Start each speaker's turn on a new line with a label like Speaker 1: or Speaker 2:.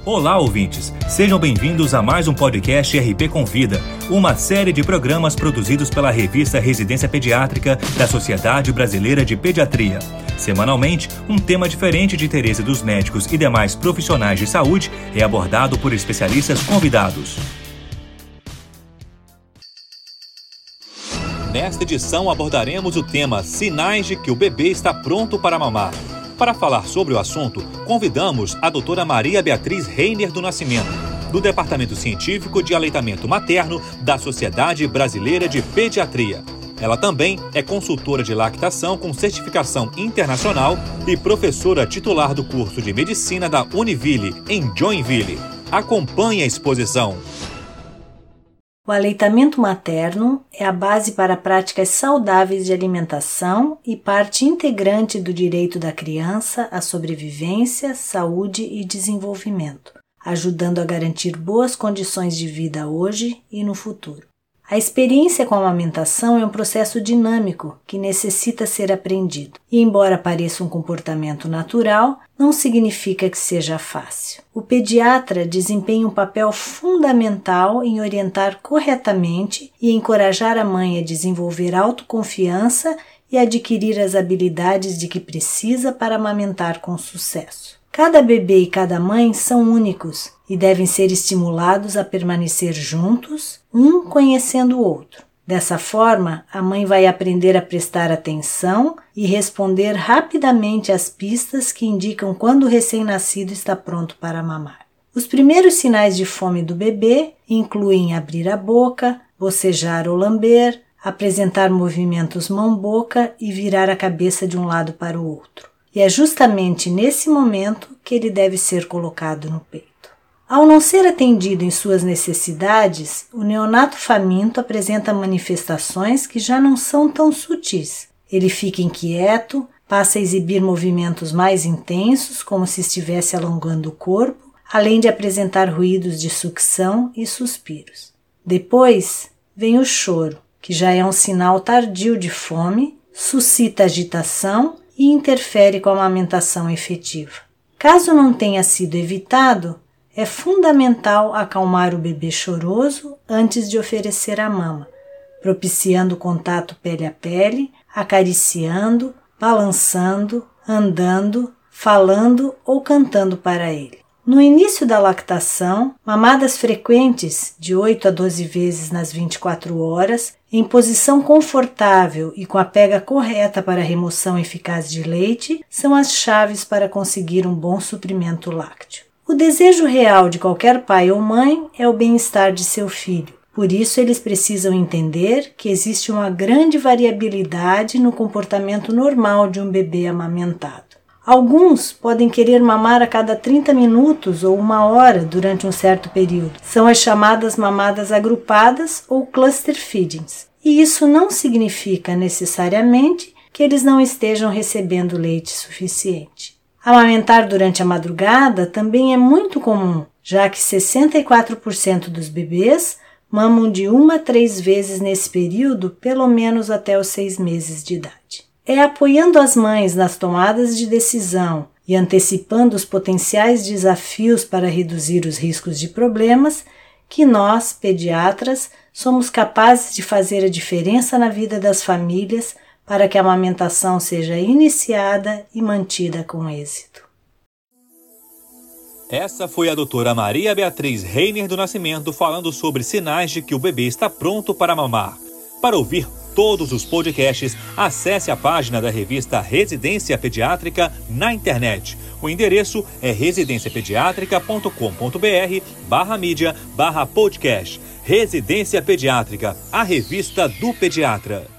Speaker 1: Olá, ouvintes! Sejam bem-vindos a mais um podcast RP Convida, uma série de programas produzidos pela revista Residência Pediátrica da Sociedade Brasileira de Pediatria. Semanalmente, um tema diferente de interesse dos médicos e demais profissionais de saúde é abordado por especialistas convidados. Nesta edição abordaremos o tema Sinais de que o bebê está pronto para mamar. Para falar sobre o assunto, convidamos a doutora Maria Beatriz Reiner do Nascimento, do Departamento Científico de Aleitamento Materno da Sociedade Brasileira de Pediatria. Ela também é consultora de lactação com certificação internacional e professora titular do curso de medicina da Univille, em Joinville. Acompanhe a exposição.
Speaker 2: O aleitamento materno é a base para práticas saudáveis de alimentação e parte integrante do direito da criança à sobrevivência, saúde e desenvolvimento, ajudando a garantir boas condições de vida hoje e no futuro. A experiência com a amamentação é um processo dinâmico que necessita ser aprendido. E embora pareça um comportamento natural, não significa que seja fácil. O pediatra desempenha um papel fundamental em orientar corretamente e encorajar a mãe a desenvolver autoconfiança e adquirir as habilidades de que precisa para amamentar com sucesso. Cada bebê e cada mãe são únicos e devem ser estimulados a permanecer juntos, um conhecendo o outro. Dessa forma, a mãe vai aprender a prestar atenção e responder rapidamente às pistas que indicam quando o recém-nascido está pronto para mamar. Os primeiros sinais de fome do bebê incluem abrir a boca, bocejar ou lamber, apresentar movimentos mão-boca e virar a cabeça de um lado para o outro. E é justamente nesse momento que ele deve ser colocado no peito. Ao não ser atendido em suas necessidades, o neonato faminto apresenta manifestações que já não são tão sutis. Ele fica inquieto, passa a exibir movimentos mais intensos, como se estivesse alongando o corpo, além de apresentar ruídos de sucção e suspiros. Depois vem o choro, que já é um sinal tardio de fome, suscita agitação e interfere com a amamentação efetiva. Caso não tenha sido evitado, é fundamental acalmar o bebê choroso antes de oferecer a mama, propiciando o contato pele a pele, acariciando, balançando, andando, falando ou cantando para ele. No início da lactação, mamadas frequentes, de 8 a 12 vezes nas 24 horas, em posição confortável e com a pega correta para a remoção eficaz de leite, são as chaves para conseguir um bom suprimento lácteo. O desejo real de qualquer pai ou mãe é o bem-estar de seu filho. Por isso, eles precisam entender que existe uma grande variabilidade no comportamento normal de um bebê amamentado. Alguns podem querer mamar a cada 30 minutos ou 1 hora durante um certo período. São as chamadas mamadas agrupadas ou cluster feedings. E isso não significa necessariamente que eles não estejam recebendo leite suficiente. Amamentar durante a madrugada também é muito comum, já que 64% dos bebês mamam de 1 a 3 vezes nesse período, pelo menos até os 6 meses de idade. É apoiando as mães nas tomadas de decisão e antecipando os potenciais desafios para reduzir os riscos de problemas que nós, pediatras, somos capazes de fazer a diferença na vida das famílias para que a amamentação seja iniciada e mantida com êxito.
Speaker 1: Essa foi a doutora Maria Beatriz Reiner do Nascimento falando sobre sinais de que o bebê está pronto para mamar. Para ouvir todos os podcasts, acesse a página da revista Residência Pediátrica na internet. O endereço é residenciapediatrica.com.br/mídia/podcast. Residência Pediátrica, a revista do pediatra.